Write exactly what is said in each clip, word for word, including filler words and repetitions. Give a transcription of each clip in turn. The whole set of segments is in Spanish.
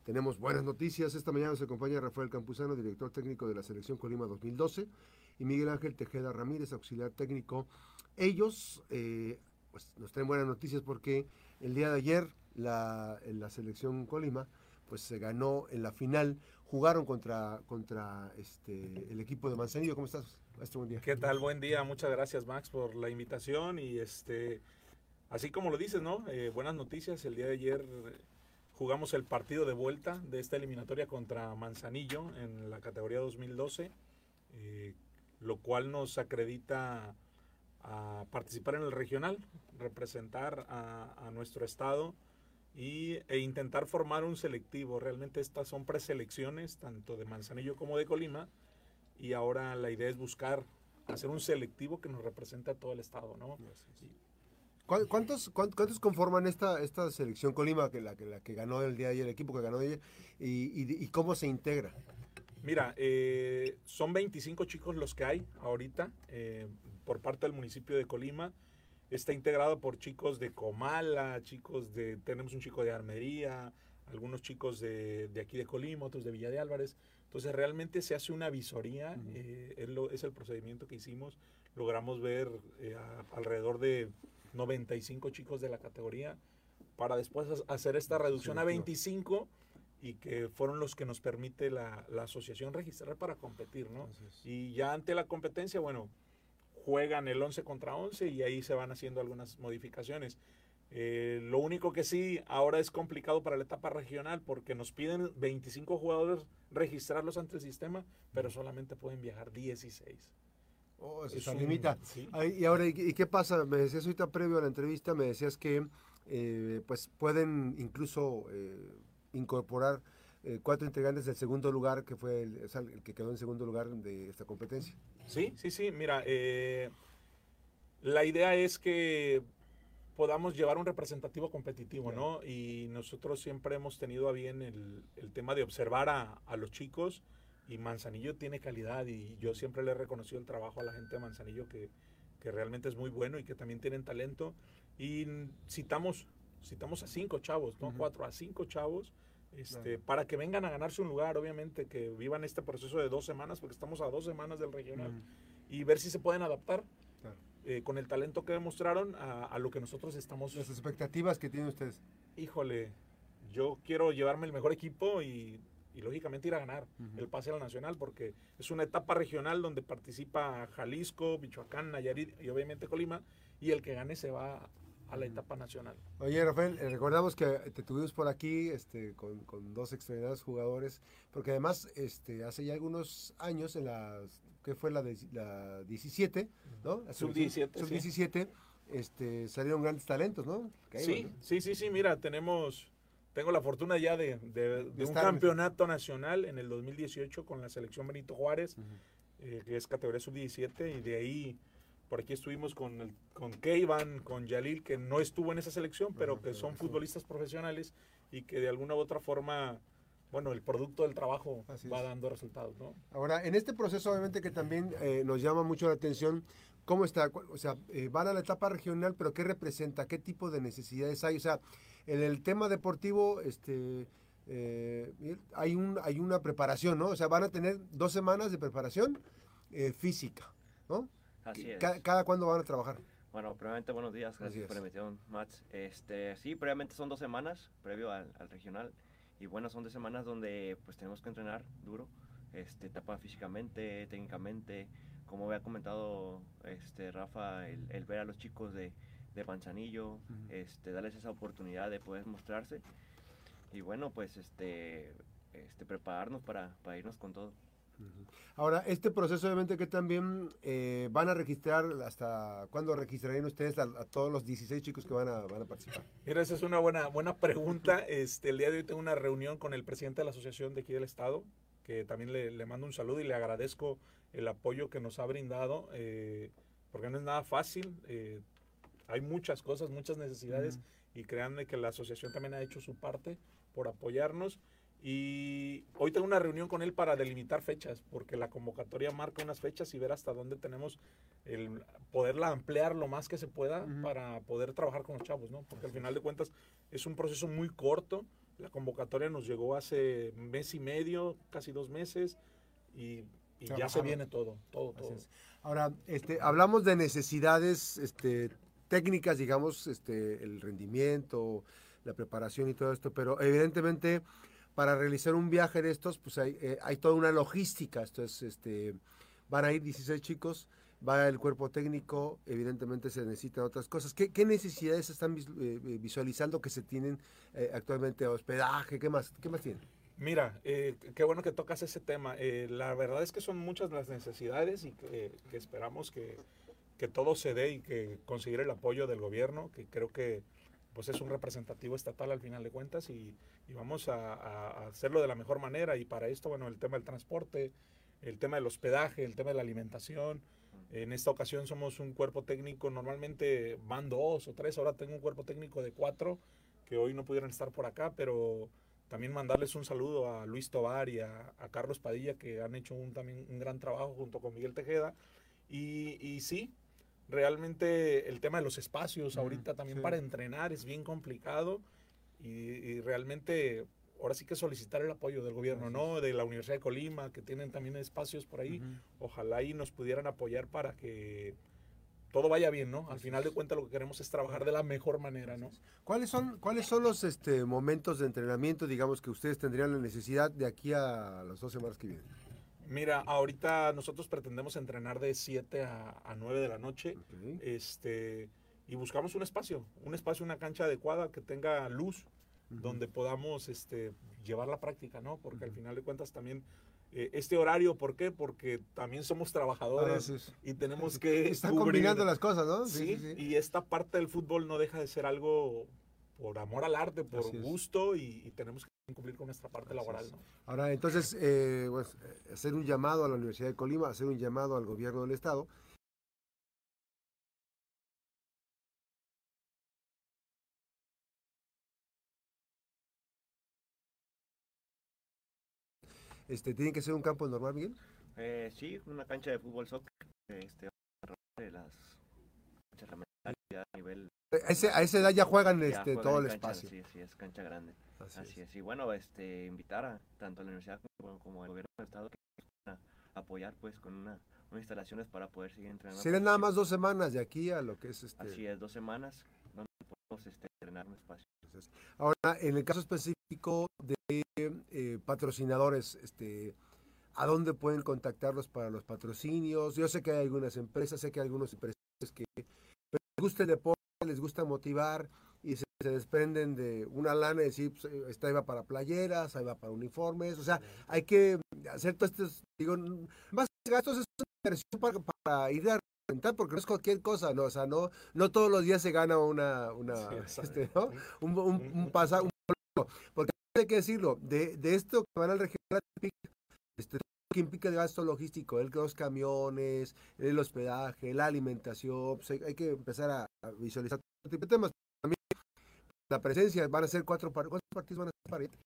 tenemos buenas noticias. Esta mañana nos acompaña Rafael Campuzano, director técnico de la Selección Colima dos mil doce, y Miguel Ángel Tejeda Ramírez, auxiliar técnico. Ellos eh, pues, nos traen buenas noticias porque el día de ayer la, la Selección Colima pues se ganó en la final. Jugaron contra, contra este, el equipo de Manzanillo. ¿Cómo estás? Hasta buen día. ¿Qué tal? Buen día. Muchas gracias, Max, por la invitación. Y este, así como lo dices, ¿no? Eh, buenas noticias. El día de ayer eh, jugamos el partido de vuelta de esta eliminatoria contra Manzanillo en la categoría dos mil doce, eh, lo cual nos acredita a participar en el regional, representar a, a nuestro estado y, e intentar formar un selectivo. Realmente estas son preselecciones, tanto de Manzanillo como de Colima, y ahora la idea es buscar hacer un selectivo que nos represente a todo el estado, ¿no? ¿Cuántos, cuántos conforman esta, esta selección Colima, que la, que la que ganó el día de ayer, el equipo que ganó ayer, y, y, y cómo se integra? Mira, eh, son veinticinco chicos los que hay ahorita eh, por parte del municipio de Colima. Está integrado por chicos de Comala, chicos de, tenemos un chico de Armería, algunos chicos de, de aquí de Colima, otros de Villa de Álvarez. Entonces realmente se hace una visoría, uh-huh. eh, es, lo, es el procedimiento que hicimos. Logramos ver eh, a, alrededor de noventa y cinco chicos de la categoría para después hacer esta reducción a veinticinco, y que fueron los que nos permite la, la asociación registrar para competir, ¿no? Y ya ante la competencia, bueno, juegan el once contra once y ahí se van haciendo algunas modificaciones. Eh, lo único que sí ahora es complicado para la etapa regional porque nos piden veinticinco jugadores registrarlos ante el sistema, pero solamente pueden viajar dieciséis. Oh, eso se limita. ¿Sí? Y ahora, ¿y qué pasa? Me decías ahorita previo a la entrevista, me decías que eh, pues pueden incluso eh, incorporar eh, cuatro integrantes del segundo lugar, que fue el, o sea, el que quedó en segundo lugar de esta competencia. Sí, sí, sí. Mira, eh, la idea es que podamos llevar un representativo competitivo, claro, ¿no? Y nosotros siempre hemos tenido a bien el, el tema de observar a, a los chicos, y Manzanillo tiene calidad, y yo siempre le he reconocido el trabajo a la gente de Manzanillo, que, que realmente es muy bueno y que también tienen talento. Y citamos, citamos a cinco chavos, ¿no? Uh-huh. Cuatro a cinco chavos, este, claro, para que vengan a ganarse un lugar, obviamente, que vivan este proceso de dos semanas, porque estamos a dos semanas del regional, uh-huh, y ver si se pueden adaptar. Claro. Eh, con el talento que demostraron a, a lo que nosotros estamos. Las expectativas que tienen ustedes. Híjole, yo quiero llevarme el mejor equipo y, y lógicamente ir a ganar uh-huh. el pase a la nacional, porque es una etapa regional donde participa Jalisco, Michoacán, Nayarit y obviamente Colima, y el que gane se va a la etapa nacional. Oye, Rafael, eh, recordamos que te tuvimos por aquí este, con, con dos extraordinarios jugadores, porque además este, hace ya algunos años, en la, ¿qué fue la, de, la diecisiete? ¿No? sub diecisiete. sub diecisiete, sí. este, salieron grandes talentos, ¿no? Que sí, iban, ¿no? sí, sí, sí, mira, tenemos, tengo la fortuna ya de, de, de, de un campeonato nacional en el dos mil dieciocho con la selección Benito Juárez, uh-huh. eh, que es categoría sub diecisiete, y de ahí... Por aquí estuvimos con, el, con Keivan, con Yalil, que no estuvo en esa selección, pero uh-huh, que son futbolistas profesionales y que de alguna u otra forma, bueno, el producto del trabajo Así va es. dando resultados, ¿no? Ahora, en este proceso obviamente que también eh, nos llama mucho la atención, ¿cómo está? O sea, eh, van a la etapa regional, pero ¿qué representa? ¿Qué tipo de necesidades hay? O sea, en el tema deportivo, este... Eh, hay, un, hay una preparación, ¿no? O sea, van a tener dos semanas de preparación eh, física, ¿no? Así es. ¿Cada, ¿Cada cuándo van a trabajar? Bueno, previamente buenos días, gracias por la invitación, Max. Este, sí, previamente son dos semanas, previo al, al regional, y bueno, son dos semanas donde pues tenemos que entrenar duro, este, etapa físicamente, técnicamente, como había comentado este, Rafa, el, el ver a los chicos de, de Manzanillo, uh-huh. este, darles esa oportunidad de poder mostrarse, y bueno, pues este, este, prepararnos para, para irnos con todo. Ahora, este proceso obviamente que también eh, van a registrar, ¿hasta cuándo registrarían ustedes a, a todos los dieciséis chicos que van a, van a participar? Mira, esa es una buena, buena pregunta. Este, el día de hoy tengo una reunión con el presidente de la asociación de aquí del estado, que también le, le mando un saludo y le agradezco el apoyo que nos ha brindado, eh, porque no es nada fácil, eh, hay muchas cosas, muchas necesidades, uh-huh. y créanme que la asociación también ha hecho su parte por apoyarnos. Y hoy tengo una reunión con él para delimitar fechas, porque la convocatoria marca unas fechas y ver hasta dónde tenemos el poderla ampliar lo más que se pueda uh-huh. para poder trabajar con los chavos, ¿no? Porque al final de cuentas es un proceso muy corto, La convocatoria nos llegó hace mes y medio, casi dos meses, y, y ya se viene todo, todo, todo. Ahora, este, hablamos de necesidades este, técnicas, digamos, este, el rendimiento, la preparación y todo esto, pero evidentemente para realizar un viaje de estos, pues hay, eh, hay toda una logística. Entonces, este, van a ir dieciséis chicos, va el cuerpo técnico, evidentemente se necesitan otras cosas. ¿Qué, qué necesidades están vis, eh, visualizando que se tienen eh, actualmente? ¿Hospedaje? ¿Qué más, qué más tienen? Mira, eh, qué bueno que tocas ese tema. Eh, la verdad es que son muchas las necesidades y que, que esperamos que, que todo se dé y que conseguir el apoyo del gobierno, que creo que pues es un representativo estatal al final de cuentas, y, y vamos a, a hacerlo de la mejor manera. Y para esto, bueno, el tema del transporte, el tema del hospedaje, el tema de la alimentación. En esta ocasión somos un cuerpo técnico, normalmente van dos o tres, ahora tengo un cuerpo técnico de cuatro que hoy no pudieron estar por acá, pero también mandarles un saludo a Luis Tobar y a, a Carlos Padilla, que han hecho un, también un gran trabajo junto con Miguel Tejeda. Y, y sí, realmente el tema de los espacios ahorita también sí. Para entrenar es bien complicado, y, y realmente ahora sí que solicitar el apoyo del gobierno, ¿no? De la Universidad de Colima, que tienen también espacios por ahí. Uh-huh. Ojalá y nos pudieran apoyar para que todo vaya bien, ¿no? Al final de cuentas lo que queremos es trabajar de la mejor manera, ¿no? ¿Cuáles son, cuáles son los este, momentos de entrenamiento, digamos, que ustedes tendrían la necesidad de aquí a las dos semanas que vienen? Mira, ahorita nosotros pretendemos entrenar de siete a nueve de la noche, okay. este, y buscamos un espacio, un espacio, una cancha adecuada que tenga luz, uh-huh. donde podamos este, llevar la práctica, ¿no? Porque uh-huh. al final de cuentas también eh, este horario, ¿por qué? Porque también somos trabajadores ah, sí, sí. y tenemos que Están cubrir. combinando las cosas, ¿no? Sí, sí, sí, y esta parte del fútbol no deja de ser algo por amor al arte, por Así gusto, y, y tenemos que cumplir con nuestra parte Así laboral, ¿no? Ahora, entonces, eh, pues, hacer un llamado a la Universidad de Colima, hacer un llamado al gobierno del estado. Este, ¿Tiene que ser un campo normal, Miguel? Eh, sí, una cancha de fútbol soccer, este, de las canchas a nivel... A, ese, a esa edad ya juegan, ya este, juegan todo el cancha, espacio. Sí, sí, es cancha grande. Así, Así es. es. Y bueno, este, invitar a tanto a la universidad como, como al gobierno del estado que a apoyar pues con una, unas instalaciones para poder seguir entrenando. Serían nada más dos semanas de aquí a lo que es este... Así es, dos semanas donde podemos este, entrenar un espacio. Ahora, en el caso específico de eh, patrocinadores, este, ¿a dónde pueden contactarlos para los patrocinios? Yo sé que hay algunas empresas, sé que hay algunos empresarios que les gusta el deporte, les gusta motivar y se, se desprenden de una lana y decir, pues, esta iba para playeras, ahí va para uniformes, o sea, hay que hacer todos estos, digo, más gastos es una inversión para, para ir a rentar, porque no es cualquier cosa, ¿no? O sea, no, no todos los días se gana una, una sí, este, ¿no? Un, un, un pasa, un porque hay que decirlo, de, de esto que van al regional, este, que implica el gasto logístico, el los camiones, el hospedaje, la alimentación, pues hay, hay que empezar a, a visualizar este tipo de temas. También la presencia, van a ser cuatro, ¿cuántos partidos van a ser para ir?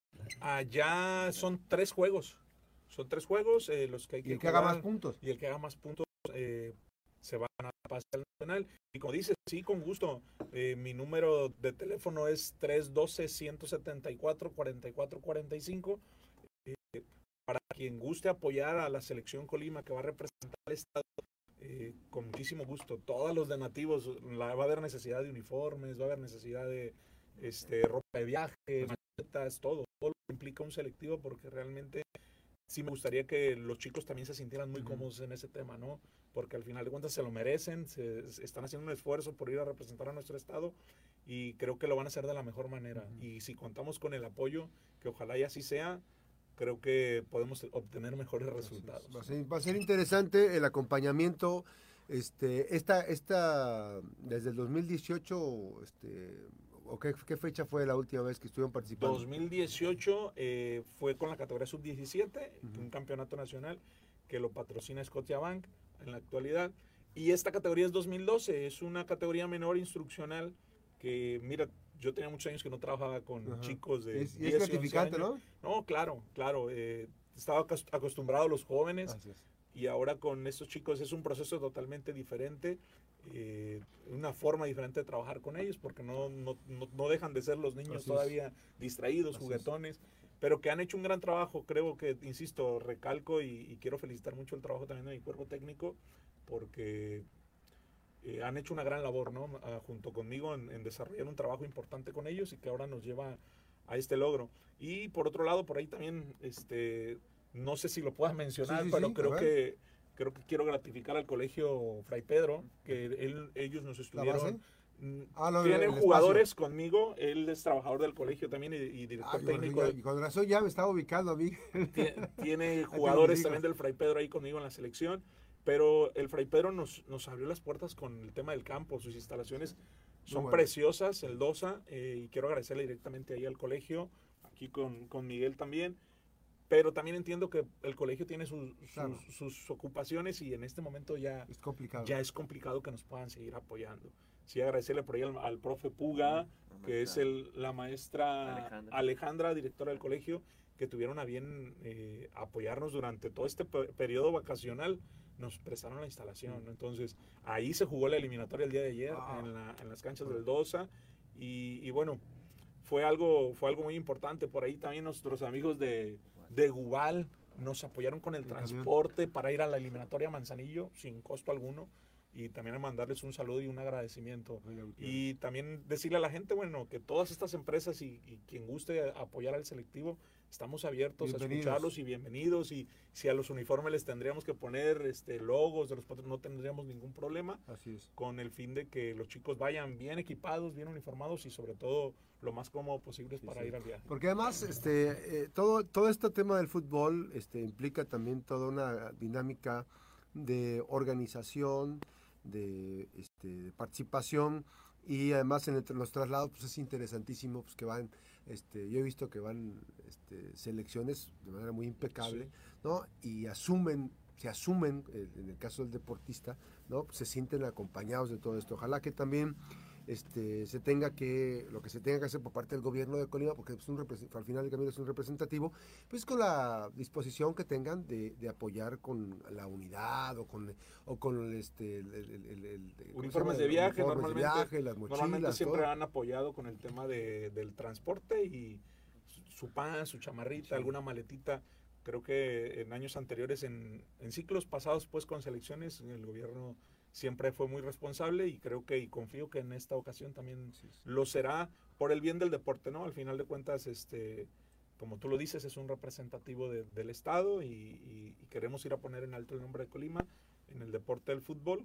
Allá son tres juegos, son tres juegos, eh, los que hay que y el que haga más puntos. Y el que haga más puntos eh, se van a pasar al nacional. Y como dices, sí, con gusto. Eh, mi número de teléfono es tres uno dos, uno siete cuatro, cuatro cuatro cuatro cinco. Eh, para quien guste apoyar a la selección Colima que va a representar al estado, eh, con muchísimo gusto. Todos los de nativos, la, va a haber necesidad de uniformes, va a haber necesidad de este, ropa de viaje, maletas, todo. Todo lo que implica un selectivo, porque realmente sí me gustaría que los chicos también se sintieran muy uh-huh. cómodos en ese tema, ¿no? Porque al final de cuentas se lo merecen, se, se están haciendo un esfuerzo por ir a representar a nuestro estado y creo que lo van a hacer de la mejor manera. Uh-huh. Y si contamos con el apoyo, que ojalá y así sea, creo que podemos obtener mejores resultados. Va a ser, va a ser interesante el acompañamiento. Este, esta, esta, desde el dos mil dieciocho, este, ¿o qué, qué fecha fue la última vez que estuvieron participando? dos mil dieciocho eh, fue con la categoría sub diecisiete, uh-huh. un campeonato nacional que lo patrocina Scotiabank en la actualidad. Y esta categoría es dos mil doce, es una categoría menor instruccional que, mira, yo tenía muchos años que no trabajaba con uh-huh. chicos de es, diez, es gratificante, ¿no? No, claro, claro. Eh, estaba acostumbrado a los jóvenes y ahora con estos chicos es un proceso totalmente diferente eh, una forma diferente de trabajar con ellos, porque no, no, no, no dejan de ser los niños Así todavía es. distraídos, Así juguetones, es. Pero que han hecho un gran trabajo. Creo que, insisto, recalco y, y quiero felicitar mucho el trabajo también de mi cuerpo técnico, porque eh, han hecho una gran labor, ¿no? Uh, junto conmigo en, en desarrollar un trabajo importante con ellos y que ahora nos lleva a este logro. Y por otro lado, por ahí también, este, no sé si lo puedas mencionar, sí, sí, pero sí, creo que creo que quiero gratificar al colegio Fray Pedro, que él, ellos nos estuvieron. Ah, no, tienen el jugadores espacio. Conmigo, él es trabajador del colegio también y, y director ah, técnico. Y con razón ya me estaba ubicando a mí. Tiene, tiene jugadores también del Fray Pedro ahí conmigo en la selección, pero el Fray Pedro nos, nos abrió las puertas con el tema del campo. Sus instalaciones son bueno. preciosas, el DOSA, eh, y quiero agradecerle directamente ahí al colegio, aquí con, con Miguel también. Pero también entiendo que el colegio tiene sus, claro. sus, sus ocupaciones y en este momento ya es complicado. ya es complicado que nos puedan seguir apoyando. Sí, agradecerle por ahí al, al profe Puga, mm, que es el, la maestra Alejandra. Alejandra, directora del colegio, que tuvieron a bien eh, apoyarnos durante todo este per periodo vacacional. Nos prestaron la instalación, ¿no? Entonces, ahí se jugó la eliminatoria el día de ayer ah. en, la, en las canchas ah. del DOSA. Y, y bueno, fue algo, fue algo muy importante. Por ahí también nuestros amigos de, de Gubal nos apoyaron con el transporte para ir a la eliminatoria a Manzanillo sin costo alguno. Y también a mandarles un saludo y un agradecimiento. Y también decirle a la gente, bueno, que todas estas empresas y, y quien guste apoyar al selectivo, estamos abiertos a escucharlos y bienvenidos. Y si a los uniformes les tendríamos que poner este, logos de los patrones, no tendríamos ningún problema. Así es. Con el fin de que los chicos vayan bien equipados, bien uniformados y sobre todo lo más cómodo posible sí, para sí. ir al viaje. Porque además este, eh, todo, todo este tema del fútbol este, implica también toda una dinámica de organización, de, este, de participación, y además en el, los traslados pues es interesantísimo pues que van este yo he visto que van este, selecciones de manera muy impecable, sí. ¿no? Y asumen se asumen en el caso del deportista, ¿no? Se sienten acompañados de todo esto. Ojalá que también este se tenga que lo que se tenga que hacer por parte del gobierno de Colima, porque es un al final del camino es un representativo, pues con la disposición que tengan de, de apoyar con la unidad o con o con este el, el, el, el uniformes de viaje, uniformes normalmente, de viaje, las mochilas, normalmente siempre todo. Han apoyado con el tema de, del transporte y su pan, su chamarrita, sí. alguna maletita. Creo que en años anteriores, en, en ciclos pasados pues con selecciones, el gobierno siempre fue muy responsable y creo que y confío que en esta ocasión también sí, sí. lo será por el bien del deporte, ¿no? Al final de cuentas, este, como tú lo dices, es un representativo de, del estado y, y, y queremos ir a poner en alto el nombre de Colima en el deporte del fútbol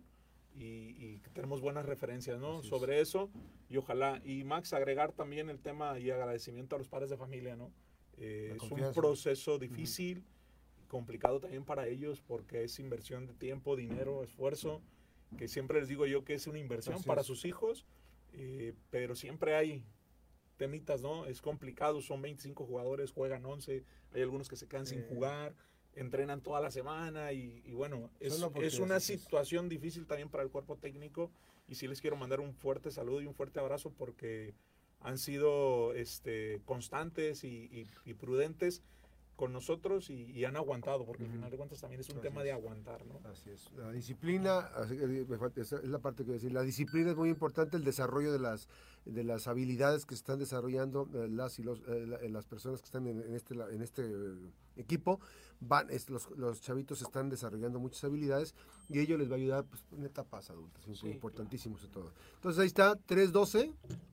y, y tenemos buenas referencias, ¿no? Así sobre es. Eso y ojalá, y Max, agregar también el tema y agradecimiento a los padres de familia, ¿no? Eh, es un proceso difícil, uh-huh. complicado también para ellos porque es inversión de tiempo, dinero, esfuerzo, que siempre les digo yo que es una inversión Así para es. sus hijos, eh, pero siempre hay temitas, ¿no? Es complicado, son veinticinco jugadores, juegan once, hay algunos que se quedan eh. sin jugar, entrenan toda la semana y, y bueno, es, es una situación difícil también para el cuerpo técnico y sí les quiero mandar un fuerte saludo y un fuerte abrazo porque han sido este, constantes y, y, y prudentes con nosotros y, y han aguantado, porque uh-huh. al final de cuentas también es un Así tema es. de aguantar, ¿no? Así es. La disciplina, me falta, es la parte que decir, la disciplina es muy importante, el desarrollo de las de las habilidades que están desarrollando eh, las y los eh, las personas que están en, en este en este eh, equipo, van es, los, los chavitos están desarrollando muchas habilidades y ello les va a ayudar pues, en etapas adultas, es sí, importantísimo claro. todo. Entonces ahí está, tres doce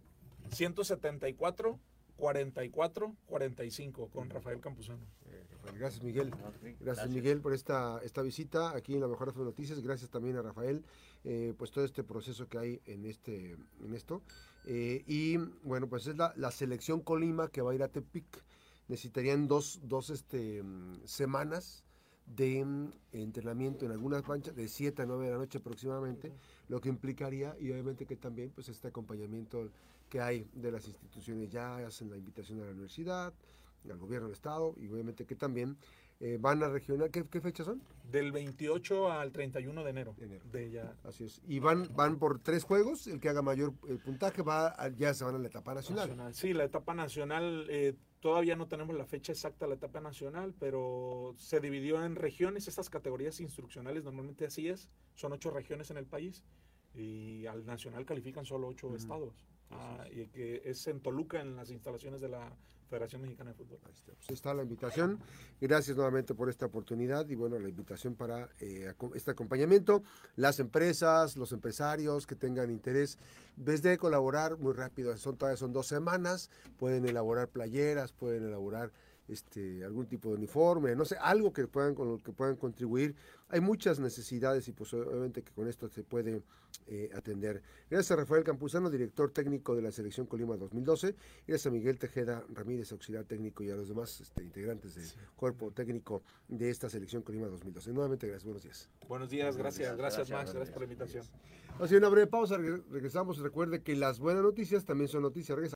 ciento setenta y cuatro, cuarenta y cuatro, cuarenta y cinco con Rafael Campuzano. Eh, gracias Miguel, gracias, gracias Miguel por esta, esta visita aquí en La Mejor de las Noticias, gracias también a Rafael, eh, pues todo este proceso que hay en, este, en esto. Eh, y bueno, pues es la, la selección Colima que va a ir a Tepic, necesitarían dos, dos este, semanas de um, entrenamiento en algunas canchas de siete a nueve de la noche aproximadamente, uh-huh. lo que implicaría y obviamente que también pues este acompañamiento que hay de las instituciones, ya hacen la invitación a la universidad, al gobierno del estado y obviamente que también eh, van a regional. ¿Qué, ¿Qué fechas son? Del veintiocho al treinta y uno de enero. De enero. De ya. Así es. Y van, van por tres juegos, el que haga mayor eh, puntaje va a, ya se van a la etapa nacional. nacional. Sí, la etapa nacional, eh, todavía no tenemos la fecha exacta de la etapa nacional, pero se dividió en regiones, estas categorías instruccionales, normalmente así es, son ocho regiones en el país. y al nacional califican solo ocho uh-huh. estados. Ah, y que es en Toluca, en las instalaciones de la Federación Mexicana de Fútbol. Ahí está, pues está la invitación. Gracias nuevamente por esta oportunidad y bueno, la invitación para eh, este acompañamiento. Las empresas, los empresarios que tengan interés desde colaborar muy rápido, son todavía son dos semanas, pueden elaborar playeras, pueden elaborar este algún tipo de uniforme, no sé, algo que puedan con lo que puedan contribuir. Hay muchas necesidades y pues obviamente que con esto se puede eh, atender. Gracias a Rafael Campuzano, director técnico de la Selección Colima dos mil doce, gracias a Miguel Tejeda Ramírez, auxiliar técnico, y a los demás este, integrantes del sí. cuerpo técnico de esta Selección Colima dos mil doce. Nuevamente gracias, buenos días. Buenos días, gracias, gracias, gracias Max, gracias por la invitación. Así una breve pausa, regresamos. Recuerde que las buenas noticias también son noticias. Regresamos.